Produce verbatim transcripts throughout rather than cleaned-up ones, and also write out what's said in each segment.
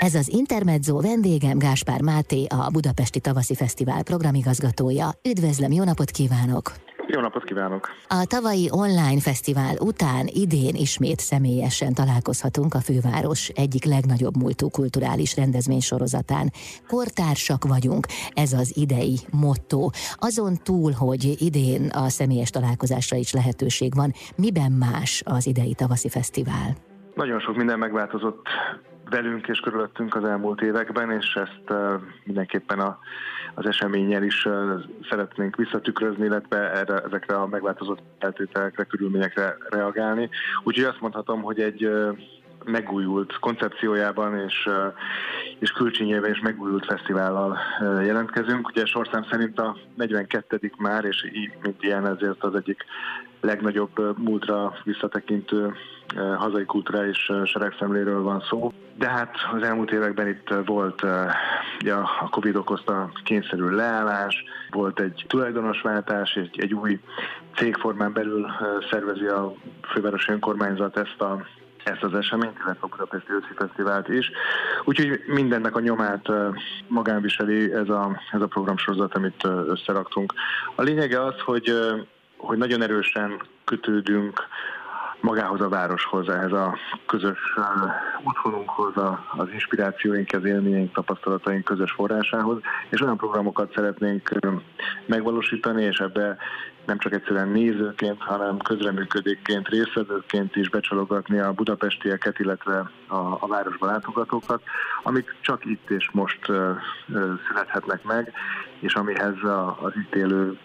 Ez az Intermezzo, vendégem Gáspár Máté, a Budapesti Tavaszi Fesztivál programigazgatója. Üdvözlöm, jó napot kívánok! Jó napot kívánok! A tavalyi online fesztivál után idén ismét személyesen találkozhatunk a főváros egyik legnagyobb múltú kulturális rendezvénysorozatán. Kortársak vagyunk, ez az idei motto. Azon túl, hogy idén a személyes találkozásra is lehetőség van, miben más az idei tavaszi fesztivál? Nagyon sok minden megváltozott velünk és körülöttünk az elmúlt években, és ezt uh, mindenképpen a, az eseménnyel is uh, szeretnénk visszatükrözni, illetve erre, ezekre a megváltozott feltételekre, körülményekre reagálni. Úgyhogy azt mondhatom, hogy egy uh, megújult koncepciójában és, uh, és külcsínyében is megújult fesztivállal uh, jelentkezünk. Ugye sorszám szerint a negyvenkettedik már, és így, mint ilyen ezért az egyik legnagyobb uh, múltra visszatekintő uh, hazai kulturális uh, seregszemléről van szó. De hát az elmúlt években itt volt ja, a Covid okozta kényszerű leállás, volt egy tulajdonosváltás, egy, egy új cégformán belül szervezi a fővárosi önkormányzat ezt, a, ezt az eseményt, illetve a Budapesti Őszi Fesztivált is. Úgyhogy mindennek a nyomát magán viseli ez a, ez a programsorozat, amit összeraktunk. A lényege az, hogy, hogy nagyon erősen kötődünk magához a városhoz, ehhez a közös uh, otthonunkhoz, az inspirációink, az élményeink, tapasztalataink közös forrásához, és olyan programokat szeretnénk uh, megvalósítani, és ebbe nem csak egyszerűen nézőként, hanem közreműködőként, résztvevőként is becsalogatni a budapestieket, illetve a, a városba látogatókat, amik csak itt és most uh, uh, születhetnek meg, és amihez a, az itt élő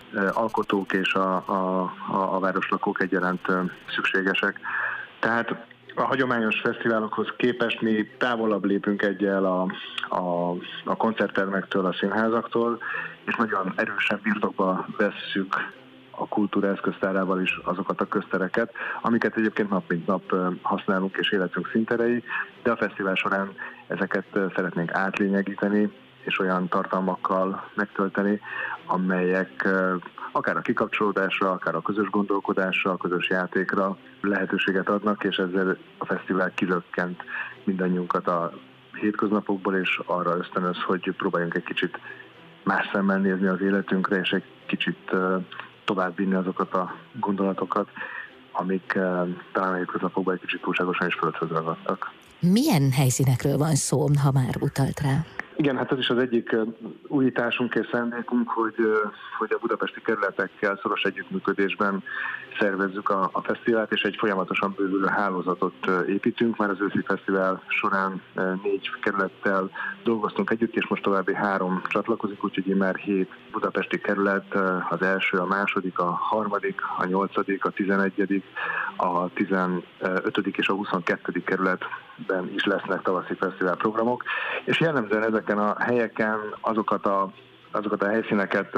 alkotók és a, a, a, a városlakók egyaránt szükségesek. Tehát a hagyományos fesztiválokhoz képest mi távolabb lépünk egyel a, a, a koncerttermektől, a színházaktól, és nagyon erősen birtokba vesszük a kultúra eszköztárával is azokat a köztereket, amiket egyébként nap mint nap használunk és életünk színterei, de a fesztivál során ezeket szeretnénk átlényegíteni, és olyan tartalmakkal megtölteni, amelyek akár a kikapcsolódásra, akár a közös gondolkodásra, a közös játékra lehetőséget adnak, és ezzel a fesztivál kilökkent mindannyiunkat a hétköznapokból, és arra ösztönöz, hogy próbáljunk egy kicsit más szemmel nézni az életünkre, és egy kicsit tovább vinni azokat a gondolatokat, amik talán a hétköznapokban egy kicsit túlságosan is földhöz ragadtak. Milyen helyszínekről van szó, ha már utalt rá? Igen, hát ez is az egyik újításunk és szándékunk, hogy, hogy a budapesti kerületekkel szoros együttműködésben szervezzük a, a fesztivált, és egy folyamatosan bővülő hálózatot építünk. Már az őszi fesztivál során négy kerülettel dolgoztunk együtt, és most további három csatlakozik, úgyhogy már hét budapesti kerület, az első, a második, a harmadik, a nyolcadik, a tizenegyedik, a tizenötödik és a huszonkettedik kerületben is lesznek tavaszi fesztivál programok, és jellemzően ezeken a helyeken azokat a azokat a helyszíneket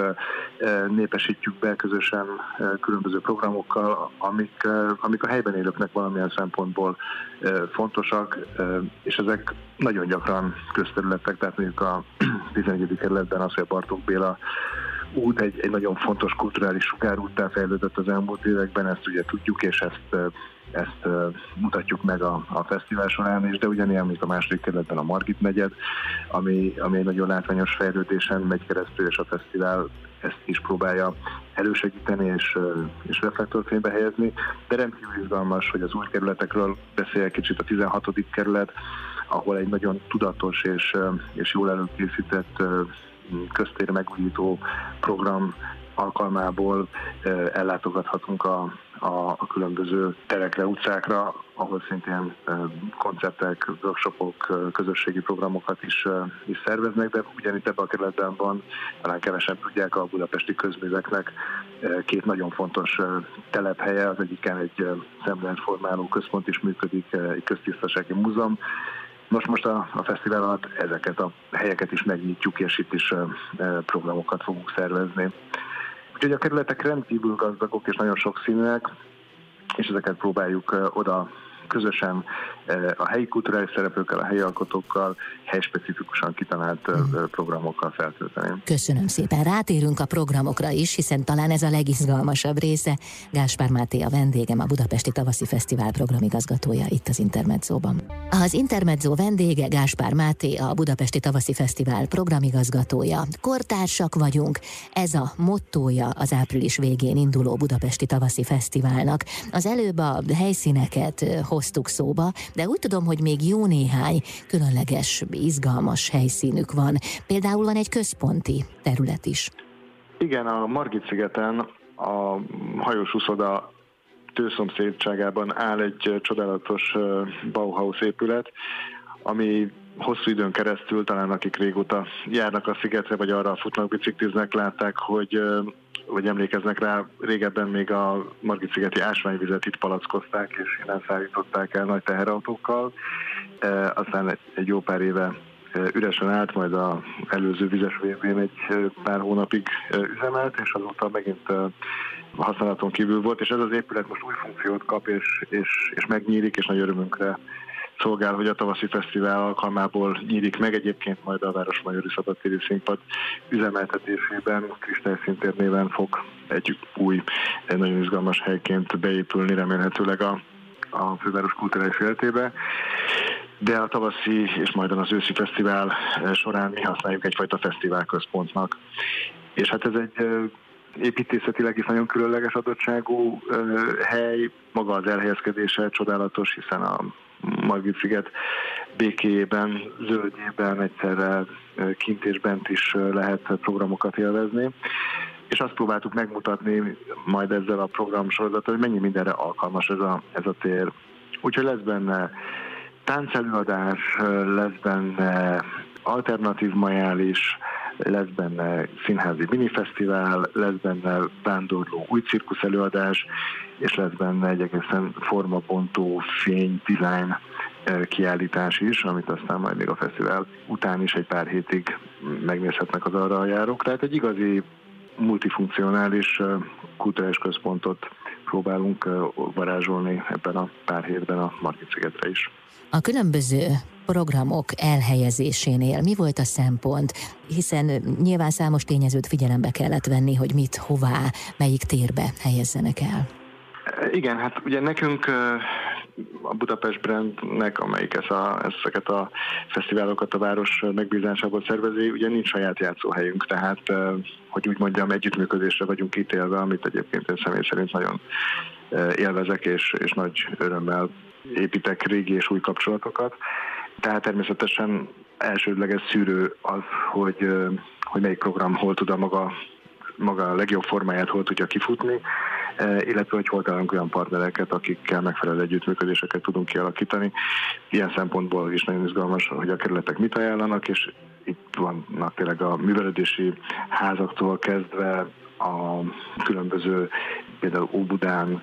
népesítjük be közösen különböző programokkal, amik, amik a helyben élőknek valamilyen szempontból fontosak, és ezek nagyon gyakran közterületek, tehát mondjuk a tizenegyedik kerületben az, hogy a Bartók Béla út egy, egy nagyon fontos kulturális sugárúttá fejlődött az elmúlt években, ezt ugye tudjuk, és ezt, ezt mutatjuk meg a, a fesztivál során is, de ugyanilyen, mint a második kerületben a Margit negyed, ami, ami egy nagyon látványos fejlődésen megy keresztül, és a fesztivál ezt is próbálja elősegíteni és, és reflektorfénybe helyezni, de rendkívül izgalmas, hogy az új kerületekről beszél kicsit a tizenhatodik kerület, ahol egy nagyon tudatos és, és jól előkészített köztér megújító program alkalmából ellátogathatunk a, a, a különböző terekre, utcákra, ahol szintén koncertek, workshopok, közösségi programokat is, is szerveznek, de ugyanitt ebben a kerületben van, talán kevesen tudják, a budapesti közműveknek két nagyon fontos telephelye, az egyiken egy szemléletformáló központ is működik, egy köztisztasági múzeum. Nos, most a, a fesztivál alatt ezeket a helyeket is megnyitjuk, és itt is e, programokat fogunk szervezni. Úgyhogy a kerületek rendkívül gazdagok és nagyon sokszínűek, és ezeket próbáljuk e, oda közösen a helyi kulturális szereplőkkel, a helyi alkotókkal, helyspecifikusan kitalált mm. programokkal feltölteni. Köszönöm szépen. Rátérünk a programokra is, hiszen talán ez a legizgalmasabb része. Gáspár Máté a vendégem, a Budapesti Tavaszi Fesztivál programigazgatója itt az Intermedzóban. Az Intermedzó vendége Gáspár Máté, a Budapesti Tavaszi Fesztivál programigazgatója. Kortársak vagyunk, ez a mottója az április végén induló Budapesti Tavaszi Fesztiválnak. Az előbb a helyszíneket hoztuk szóba, de úgy tudom, hogy még jó néhány különleges, izgalmas helyszínük van. Például van egy központi terület is. Igen, a Margit-szigeten a hajós uszoda tőszomszédságában áll egy csodálatos Bauhaus épület, ami hosszú időn keresztül, talán akik régóta járnak a szigetre, vagy arra futnak, bicikliznek, látták, hogy, hogy emlékeznek rá, régebben még a Margit-szigeti ásványvizet itt palackozták, és innen szállították el nagy teherautókkal. E, aztán egy, egy jó pár éve üresen állt, majd az előző vizes vévén egy pár hónapig üzemelt, és azóta megint használaton kívül volt, és ez az épület most új funkciót kap, és, és, és megnyílik, és nagy örömünkre szolgál, hogy a tavaszi fesztivál alkalmából nyílik meg. Egyébként majd a Városmajori Szabadtéri Színpad üzemeltetésében, Kristályszíntér néven fog egy új, egy nagyon izgalmas helyként beépülni remélhetőleg a, a főváros kulturális életébe. De a tavaszi és majd az őszi fesztivál során mi használjuk egyfajta fesztiválközpontnak. És hát ez egy építészetileg is nagyon különleges adottságú hely, maga az elhelyezkedése csodálatos, hiszen a Margit-sziget békéjében, zöldjében egyszerre kint és bent is lehet programokat élvezni. És azt próbáltuk megmutatni majd ezzel a programsorozattal, hogy mennyi mindenre alkalmas ez a, ez a tér. Úgyhogy lesz benne táncelőadás, lesz benne alternatív majális, lesz benne színházi minifesztivál, lesz benne vándorló új cirkusz előadás, és lesz benne egy egészen formabontó fény, design kiállítás is, amit aztán majd még a fesztivál után is egy pár hétig megnézhetnek az arra a járók. Tehát egy igazi multifunkcionális kulturális központot próbálunk varázsolni ebben a pár hétben a Margit-szigetre is. A különböző programok elhelyezésénél mi volt a szempont? Hiszen nyilván számos tényezőt figyelembe kellett venni, hogy mit, hová, melyik térbe helyezzenek el. Igen, hát ugye nekünk a Budapest Brandnek, amelyik ez a, ezeket a fesztiválokat a város megbízásából szervezi, ugye nincs saját játszóhelyünk, tehát hogy úgy mondjam, együttműködésre vagyunk ítélve, amit egyébként én személy szerint nagyon élvezek, és, és nagy örömmel építek régi és új kapcsolatokat. Tehát természetesen elsődleges szűrő az, hogy, hogy melyik program hol tud a maga, maga a legjobb formáját, hol tudja kifutni, illetve hogy hol találunk olyan partnereket, akikkel megfelelő együttműködéseket tudunk kialakítani. Ilyen szempontból is nagyon izgalmas, hogy a kerületek mit ajánlanak, és itt vannak tényleg a művelődési házaktól kezdve a különböző, például Óbudán,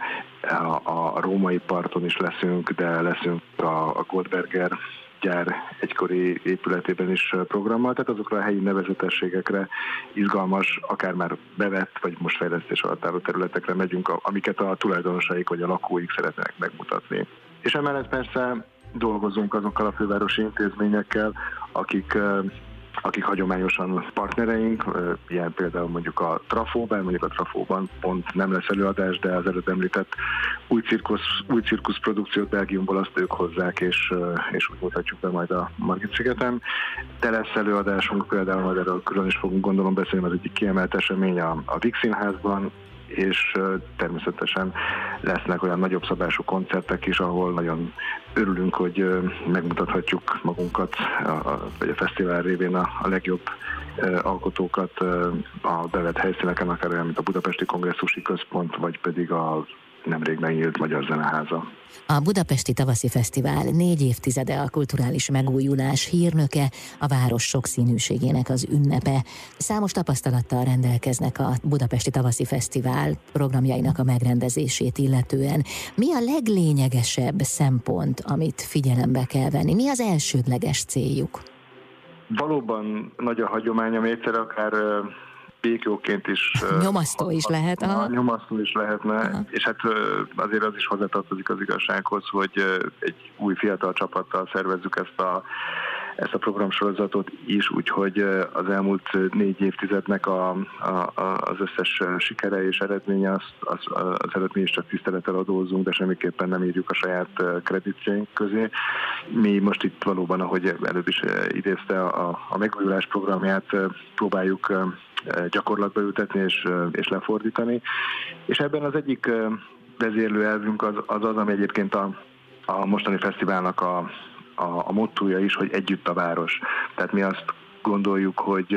a, a római parton is leszünk, de leszünk a, a Goldberger gyár egykori épületében is programmal, tehát azokra a helyi nevezetességekre izgalmas, akár már bevett, vagy most fejlesztés alatt álló területekre megyünk, amiket a tulajdonosaik vagy a lakóik szeretnének megmutatni. És emellett persze dolgozunk azokkal a fővárosi intézményekkel, akik akik hagyományosan partnereink, ilyen például mondjuk a Trafóban, mondjuk a Trafóban pont nem lesz előadás, de az előbb említett új cirkusz, új cirkusz produkciót Belgiumból azt ők hozzák, és, és úgy mutatjuk be majd a Margit-szigeten. De lesz előadásunk, például majd erről külön is fogunk gondolom beszélni, az egyik kiemelt esemény a, a Víg Színházban, és természetesen lesznek olyan nagyobb szabású koncertek is, ahol nagyon örülünk, hogy megmutathatjuk magunkat, a, vagy a fesztivál révén a, a legjobb alkotókat a bevett helyszíneken, akár olyan, mint a Budapesti Kongresszusi Központ, vagy pedig a nemrég megnyílt Magyar Zeneháza. A Budapesti Tavaszi Fesztivál négy évtizede a kulturális megújulás hírnöke, a város sokszínűségének az ünnepe. Számos tapasztalattal rendelkeznek a Budapesti Tavaszi Fesztivál programjainak a megrendezését illetően. Mi a leglényegesebb szempont, amit figyelembe kell venni? Mi az elsődleges céljuk? Valóban nagy a hagyomány, ami egyszer akár békjóként is... Nyomasztó is lehet. Aha. Nyomasztó is lehetne, aha. És hát azért az is hozzátartozik az igazsághoz, hogy egy új fiatal csapattal szervezzük ezt a ezt a programsorozatot is, úgyhogy az elmúlt négy évtizednek a, a, az összes sikere és eredménye, az, az, az előtt mi is csak tisztelettel adózunk, de semmiképpen nem írjuk a saját kreditjeink közé. Mi most itt valóban, ahogy előbb is idézte, a, a megújulás programját próbáljuk gyakorlatba ültetni és, és lefordítani. És ebben az egyik vezérlő elvünk az az, az ami egyébként a, a mostani fesztiválnak a a, a mottója is, hogy együtt a város. Tehát mi azt gondoljuk, hogy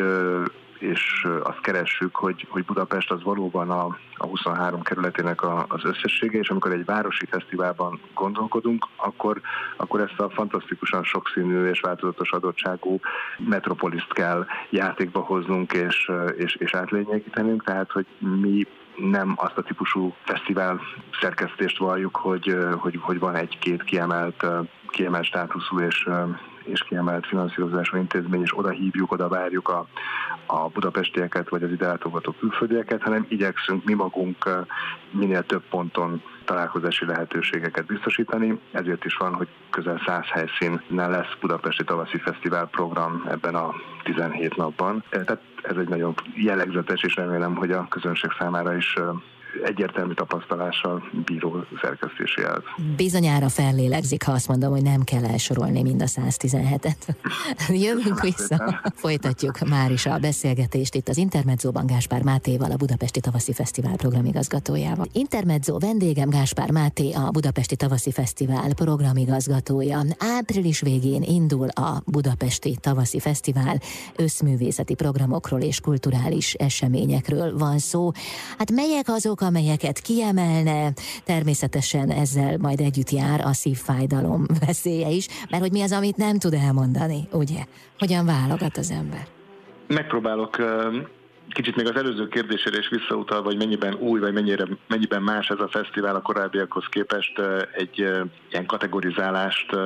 és azt keressük, hogy, hogy Budapest az valóban a, a huszonhárom kerületének a, az összessége, és amikor egy városi fesztiválban gondolkodunk, akkor, akkor ezt a fantasztikusan sokszínű és változatos adottságú metropoliszt kell játékba hoznunk és, és, és átlényegítenünk, tehát hogy mi nem azt a típusú fesztivál szerkesztést valljuk, hogy, hogy, hogy van egy-két kiemelt, kiemelt státuszú és, és kiemelt finanszírozású intézmény, és oda hívjuk, oda várjuk a, a budapestieket, vagy az ide látogató külföldieket, hanem igyekszünk mi magunk minél több ponton találkozási lehetőségeket biztosítani. Ezért is van, hogy közel száz helyszínen lesz Budapesti Tavaszi Fesztivál program ebben a tizenhét napban. Tehát ez egy nagyon jellegzetes, és remélem, hogy a közönség számára is egyértelmű tapasztalással bíró szerkesztési elv. Bizonyára fellélegzik, ha azt mondom, hogy nem kell elsorolni mind a száztizenhetet. Jövünk vissza, folytatjuk már is a beszélgetést itt az Intermedzóban Gáspár Mátéval, a Budapesti Tavaszi Fesztivál programigazgatójával. Intermedzó vendégem Gáspár Máté, a Budapesti Tavaszi Fesztivál programigazgatója. Április végén indul a Budapesti Tavaszi Fesztivál, összművészeti programokról és kulturális eseményekről van szó. Hát melyek azok, amelyeket kiemelne, természetesen ezzel majd együtt jár a szívfájdalom veszélye is, mert hogy mi az, amit nem tud elmondani, ugye? Hogyan válogat az ember? Megpróbálok kicsit még az előző kérdésére is visszautalva, hogy mennyiben új, vagy mennyire, mennyiben más ez a fesztivál a korábbiakhoz képest, egy ilyen kategorizálást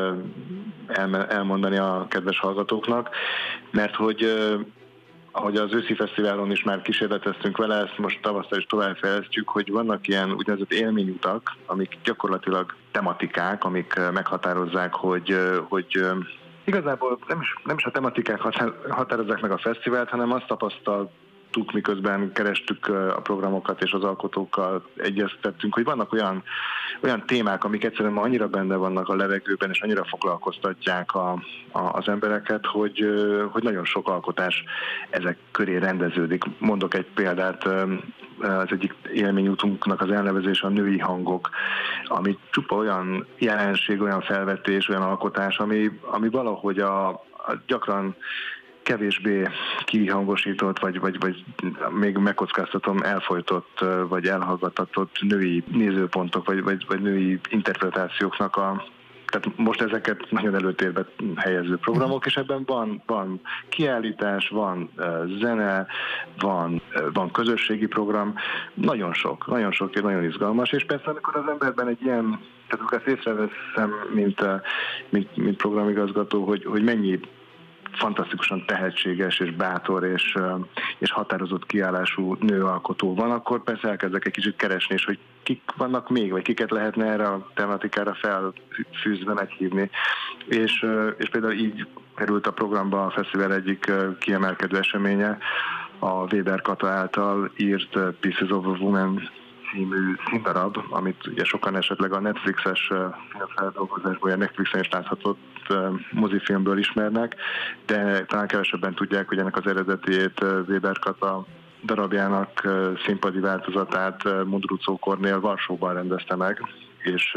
elmondani a kedves hallgatóknak, mert hogy ahogy az őszi fesztiválon is már kísérleteztünk vele, ezt most tavasszal is továbbfejlesztjük, hogy vannak ilyen úgynevezett élményutak, amik gyakorlatilag tematikák, amik meghatározzák, hogy, hogy igazából nem is, nem is a tematikák határozzák meg a fesztivált, hanem azt tapasztaltuk, miközben kerestük a programokat és az alkotókkal egyeztettünk, hogy vannak olyan, olyan témák, amik egyszerűen ma annyira benne vannak a levegőben, és annyira foglalkoztatják a, a, az embereket, hogy, hogy nagyon sok alkotás ezek köré rendeződik. Mondok egy példát, az egyik élményútunknak az elnevezése a női hangok, ami csupa olyan jelenség, olyan felvetés, olyan alkotás, ami, ami valahogy a, a gyakran kevésbé kihangosított, vagy, vagy, vagy még megkockáztatom elfojtott, vagy elhallgatatott női nézőpontok, vagy, vagy, vagy női interpretációknak a... Tehát most ezeket nagyon előtérbe helyező programok, és ebben van, van kiállítás, van uh, zene, van, uh, van közösségi program, nagyon sok, nagyon sok, és nagyon izgalmas, és persze amikor az emberben egy ilyen, tehát akkor ezt észreveszem, mint, uh, mint, mint programigazgató, hogy, hogy mennyi fantasztikusan tehetséges és bátor és, és határozott kiállású nőalkotó van, akkor persze elkezdek egy kicsit keresni, és hogy kik vannak még, vagy kiket lehetne erre a tematikára felfűzve meghívni. És, és például így került a programba a fesztivál egyik kiemelkedő eseménye, a Weber Kata által írt Pieces of a Woman című színdarab, amit ugye sokan esetleg a Netflixes filmfeldolgozásból, a Netflixen is láthatott mozifilmből ismernek, de talán kevesebben tudják, hogy ennek az eredetiét Weber Kata darabjának színpadi változatát Mundruczó Kornél Varsóban rendezte meg, és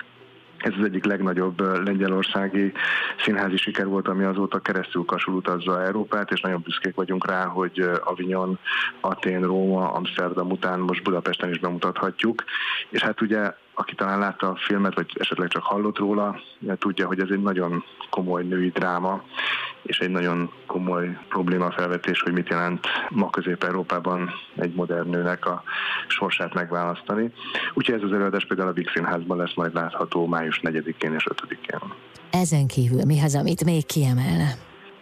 ez az egyik legnagyobb lengyelországi színházi siker volt, ami azóta keresztül kasul utazza Európát, és nagyon büszkék vagyunk rá, hogy Avignon, Atén, Róma, Amsterdam után most Budapesten is bemutathatjuk. És hát ugye, aki talán látta a filmet, vagy esetleg csak hallott róla, tudja, hogy ez egy nagyon komoly női dráma, és egy nagyon komoly problémafelvetés, hogy mit jelent ma Közép-Európában egy modern nőnek a sorsát megválasztani. Úgyhogy ez az előadás például a Víg Színházban lesz majd látható május negyedikén és ötödikén. Ezen kívül mi az, amit még kiemelne?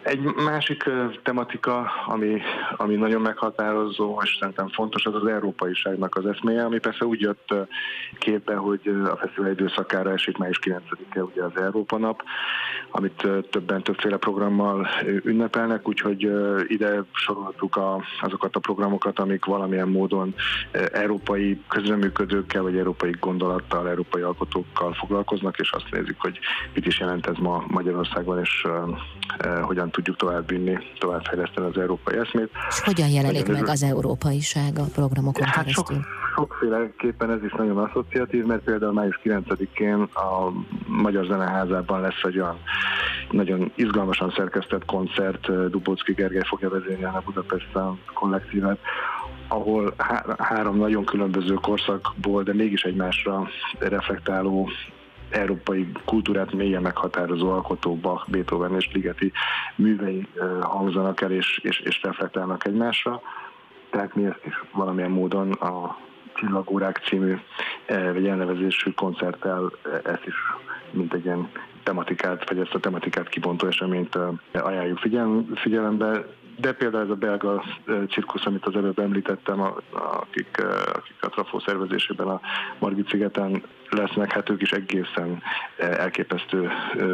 Egy másik tematika, ami, ami nagyon meghatározó, és szerintem fontos, az az európaiságnak az eszméje, ami persze úgy jött képbe, hogy a fesztivál időszakára esik május kilencedike ugye az Európa nap, amit többen többféle programmal ünnepelnek, úgyhogy ide soroltuk a, azokat a programokat, amik valamilyen módon európai közreműködőkkel, vagy európai gondolattal, európai alkotókkal foglalkoznak, és azt nézik, hogy mit is jelent ez ma Magyarországon, és uh, hogyan tudjuk továbbvinni, továbbfejleszteni az európai eszmét. És hogyan jelenik meg az európaiság a programokon hát keresztül? Sok, sokféleképpen ez is nagyon asszociatív, mert például május kilencedikén a Magyar Zeneházában lesz egy olyan nagyon izgalmasan szerkesztett koncert, Dubóczky Gergely fogja vezényelni a Budapest Sound kollektívet, ahol há- három nagyon különböző korszakból, de mégis egymásra reflektáló európai kultúrát mélyen meghatározó alkotók, Bach, Beethoven és Ligeti művei hangzanak el és, és, és reflektálnak egymásra. Tehát mi ezt is valamilyen módon a Csillagórák című vagy elnevezésű koncerttel ezt is mint egy ilyen tematikát, vagy ezt a tematikát kibontó eseményt ajánljuk figyel, figyelembe. De például ez a belga cirkusz, amit az előbb említettem, akik, akik a Trafó szervezésében a Margit-szigeten lesznek, hát ők is egészen elképesztő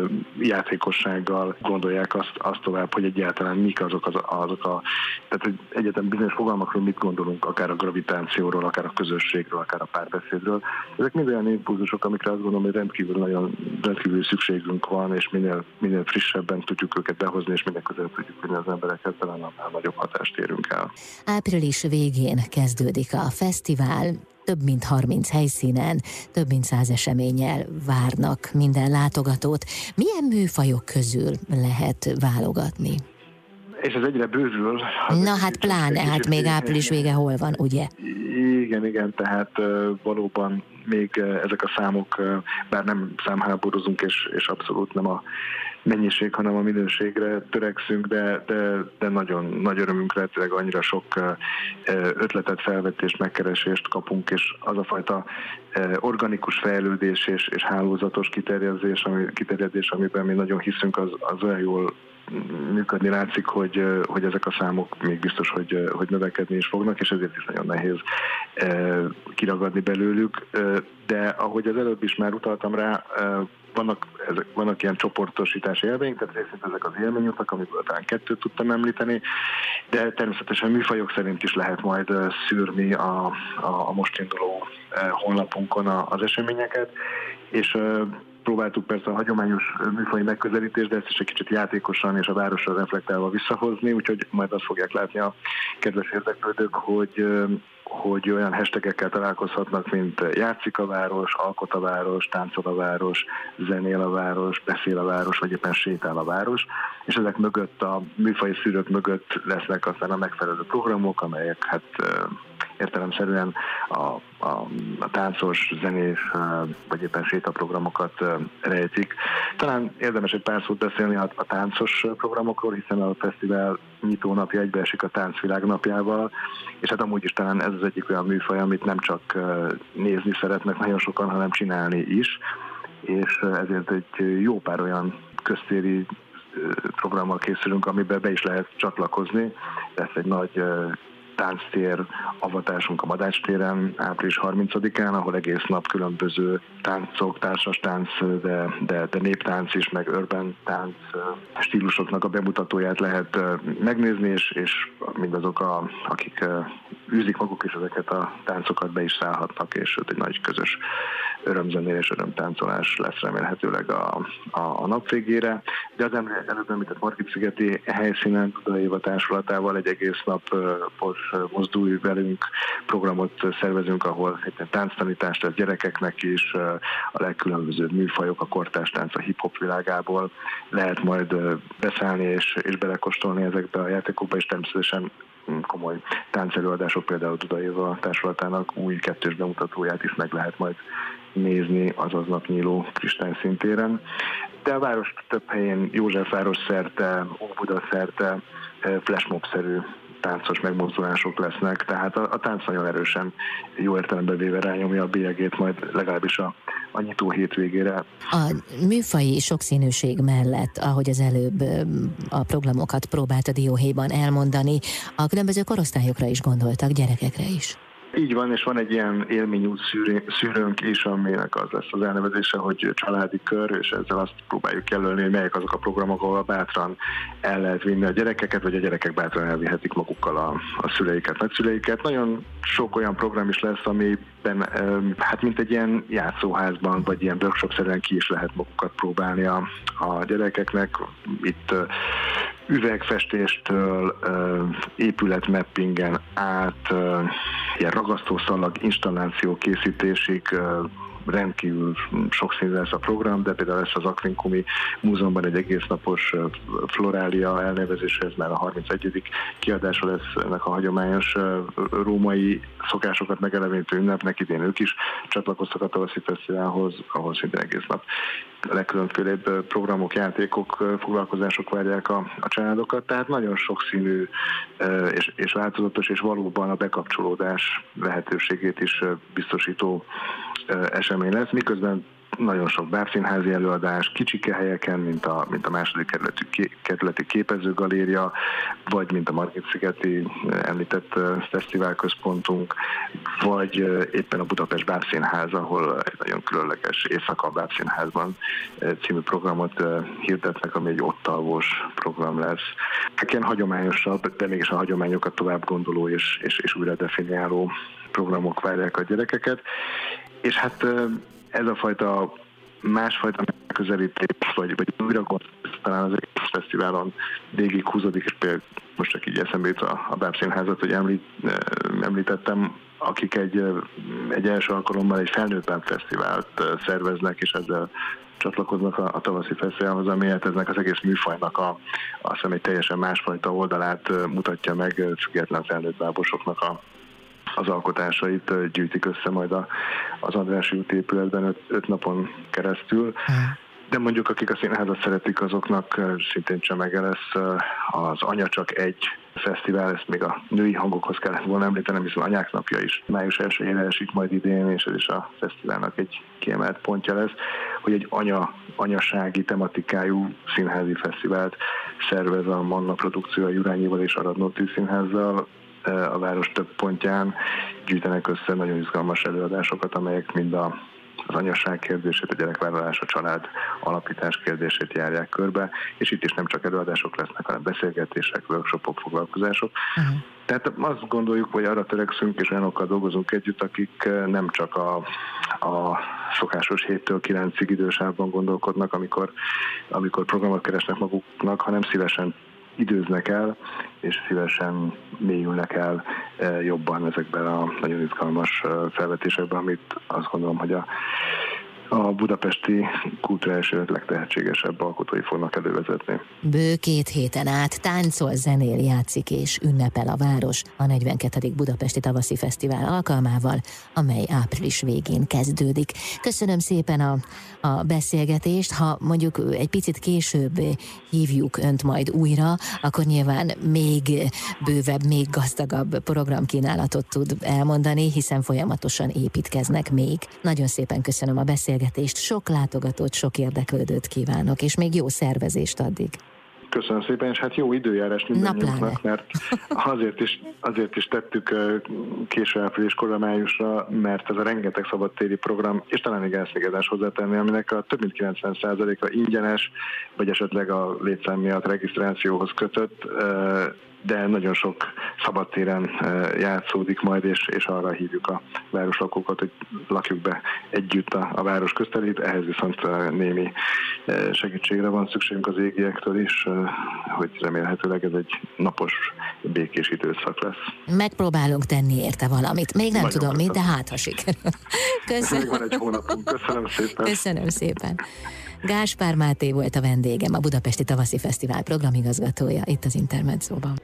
játékossággal gondolják azt, azt tovább, hogy egyáltalán mik azok, az, azok a... Tehát hogy egyáltalán bizonyos fogalmakról mit gondolunk, akár a gravitációról, akár a közösségről, akár a párbeszédről. Ezek mind olyan impulzusok, amikre azt gondolom, hogy rendkívül nagyon rendkívül szükségünk van, és minél, minél frissebben tudjuk őket behozni, és minél közelebb tudjuk vinni az embereket, talán annál nagyobb hatást érünk el. Április végén kezdődik a fesztivál, több mint harminc helyszínen, több mint száz eseménnyel várnak minden látogatót. Milyen műfajok közül lehet válogatni? És ez egyre bővül. Na hát pláne, hát még április vége hol van, ugye? Igen, igen, tehát valóban még ezek a számok, bár nem számháborúzunk, és, és abszolút nem a mennyiség, hanem a minőségre törekszünk, de, de, de nagyon nagy örömünkre tényleg annyira sok ötletet, felvetést, megkeresést kapunk, és az a fajta organikus fejlődés és, és hálózatos kiterjedés, ami, kiterjedés, amiben mi nagyon hiszünk, az, az olyan jól működni látszik, hogy, hogy ezek a számok még biztos, hogy, hogy növekedni is fognak, és ezért is nagyon nehéz kiragadni belőlük. De ahogy az előbb is már utaltam rá, vannak, ezek, vannak ilyen csoportosítási élmények, tehát részint ezek az élményutak, amiből talán kettőt tudtam említeni, de természetesen műfajok szerint is lehet majd szűrni a, a, a most induló honlapunkon az eseményeket, és próbáltuk persze a hagyományos műfaji megközelítést, de ezt is egy kicsit játékosan és a városra reflektálva visszahozni, úgyhogy majd azt fogják látni a kedves érdeklődők, hogy, hogy olyan hashtagekkel találkozhatnak, mint játszik a város, alkot a város, táncol a város, zenél a város, beszél a város, vagy éppen sétál a város, és ezek mögött, a műfaji szűrők mögött lesznek aztán a megfelelő programok, amelyek hát értelemszerűen a, a, a táncos, zenés vagy éppen sétaprogramokat rejtik. Talán érdemes egy pár szót beszélni a, a táncos programokról, hiszen a fesztivál nyitónapja egybeesik a táncvilág napjával, és hát amúgy is talán ez az egyik olyan műfaj, amit nem csak nézni szeretnek nagyon sokan, hanem csinálni is, és ezért egy jó pár olyan köztéri programmal készülünk, amiben be is lehet csatlakozni. Lesz egy nagy tánctér avatásunk a Madács téren április harmincadikán, ahol egész nap különböző táncok, társas tánc, de, de, de néptánc is, meg urban tánc stílusoknak a bemutatóját lehet megnézni, és, és mindazok, a, akik űzik maguk is ezeket a táncokat, be is szállhatnak, és egy nagy közös örömzenés és örömtáncolás lesz remélhetőleg a, a, a nap végére. De az előbb említett Margit-szigeti helyszínen Duda Éva társulatával egy egész nap Mozdulj velünk programot szervezünk, ahol egy tánctanítást lesz gyerekeknek is, a legkülönbözőbb műfajok, a kortárs tánc a hip-hop világából lehet majd beszállni és, és belekóstolni ezekbe a játékokba, és természetesen komoly táncelőadások, például Duda Éva társulatának új kettős bemutatóját is meg lehet majd nézni az aznap nyíló kristályszintéren. De a város több helyén, Józsefváros szerte, Óbuda szerte flashmob-szerű táncos megmozdulások lesznek, tehát a, a tánc nagyon erősen, jó értelemben véve rányomja a bélyegét majd legalábbis a a nyitó hétvégére. A műfaji sokszínűség mellett, ahogy az előbb a programokat próbált a dióhéjban elmondani, a különböző korosztályokra is gondoltak, gyerekekre is. Így van, és van egy ilyen élményút szűrőnk is, aminek az lesz az elnevezése, hogy családi kör, és ezzel azt próbáljuk jelölni, hogy melyek azok a programok, ahol bátran el lehet vinni a gyerekeket, vagy a gyerekek bátran elvihetik magukkal a, a szüleiket, nagyszüleiket. Nagyon sok olyan program is lesz, amiben hát mint egy ilyen játszóházban, vagy ilyen workshop-szerűen ki is lehet magukat próbálni a, a gyerekeknek. Itt üvegfestéstől, épületmappingen át, ilyen ragasztószalag installáció készítésig rendkívül sokszínű lesz a program, de például lesz az Aquincumi Múzeumban egy egész napos Florália elnevezésre, ez már a harmincegyedik kiadása lesz ennek a hagyományos római szokásokat megelevenítő ünnepnek. Idén ők is csatlakoztak a tavaszi fesztiválhoz, ahol szintén egész nap legkülönfélebb programok, játékok, foglalkozások várják a, a családokat, tehát nagyon sokszínű és, és változatos, és valóban a bekapcsolódás lehetőségét is biztosító esemény lesz, miközben nagyon sok bábszínházi előadás, kicsike helyeken, mint a, mint a második kerületi, kerületi képezőgaléria, vagy mint a Margit-szigeti említett fesztiválközpontunk, vagy éppen a Budapest Bábszínház, ahol egy nagyon különleges Éjszaka a Bábszínházban című programot hirdetnek, ami egy ottalvós program lesz. Ilyen hagyományosabb, de mégis a hagyományokat tovább gondoló és, és, és újra definiáló programok várják a gyerekeket. És hát ez a fajta másfajta megközelítés, vagy, vagy újra talán az egész fesztiválon végig húzódik, és például most csak így eszembe jut a, a Bábszínházat, hogy említ, említettem, akik egy, egy első alkalommal egy felnőtt fesztivált szerveznek, és ezzel csatlakoznak a, a tavaszi fesztiválhoz, ami eznek az egész műfajnak a, azt hiszem egy teljesen másfajta oldalát mutatja meg, független felnőtt bábosoknak a az alkotásait gyűjtik össze majd a, az Andrássy úti épületben öt, öt napon keresztül. De mondjuk akik a színházat szeretik, azoknak szintén csemege lesz az Anya csak egy fesztivál, ezt még a női hangokhoz kellett volna említenem, hiszen Anyák napja is május elsejére esik majd idén, és ez is a fesztiválnak egy kiemelt pontja lesz, hogy egy anya, anyasági tematikájú színházi fesztivált szervez a Manna produkció a Jurányival és a Radnóti Színházzal. A város több pontján gyűjtenek össze nagyon izgalmas előadásokat, amelyek mind a, az anyaság kérdését, a gyerekvállalás, a család alapítás kérdését járják körbe, és itt is nem csak előadások lesznek, hanem beszélgetések, workshopok, foglalkozások. Uh-huh. Tehát azt gondoljuk, hogy arra törekszünk, és olyanokkal dolgozunk együtt, akik nem csak a, a szokásos héttől kilencig idősávban gondolkodnak, amikor, amikor programot keresnek maguknak, hanem szívesen időznek el, és szívesen mélyülnek el jobban ezekben a nagyon izgalmas felvetésekben, amit azt gondolom, hogy a, a budapesti kulturális élet legtehetségesebb alkotói fognak elővezetni. Bő két héten át táncol, zenél, játszik és ünnepel a város a negyvenkettedik Budapesti Tavaszi Fesztivál alkalmával, amely április végén kezdődik. Köszönöm szépen a, a beszélgetést. Ha mondjuk egy picit később hívjuk önt majd újra, akkor nyilván még bővebb, még gazdagabb programkínálatot tud elmondani, hiszen folyamatosan építkeznek még. Nagyon szépen köszönöm a beszélgetést. Sok látogatót, sok érdeklődőt kívánok, és még jó szervezést addig. Köszönöm szépen, és hát jó időjárás mindannyiunknak, mert azért is, azért is tettük késő április, korra májusra, mert ez a rengeteg szabadtéri program, és talán egy elszégedás hozzátenni, aminek a több mint kilencven százaléka ingyenes, vagy esetleg a létszám miatt regisztrációhoz kötött, de nagyon sok szabadtéren játszódik majd, és, és arra hívjuk a városlakókat, hogy lakjuk be együtt a, a város közterét, ehhez viszont némi segítségre van szükségünk az égiektől is, hogy remélhetőleg ez egy napos, békés időszak lesz. Megpróbálunk tenni érte valamit. Még nem nagyon tudom mit, de hát ha sikerül. Köszönöm. Még van egy hónapunk. Köszönöm szépen. Köszönöm szépen. Gáspár Máté volt a vendégem, a Budapesti Tavaszi Fesztivál programigazgatója itt az Intermedzóban.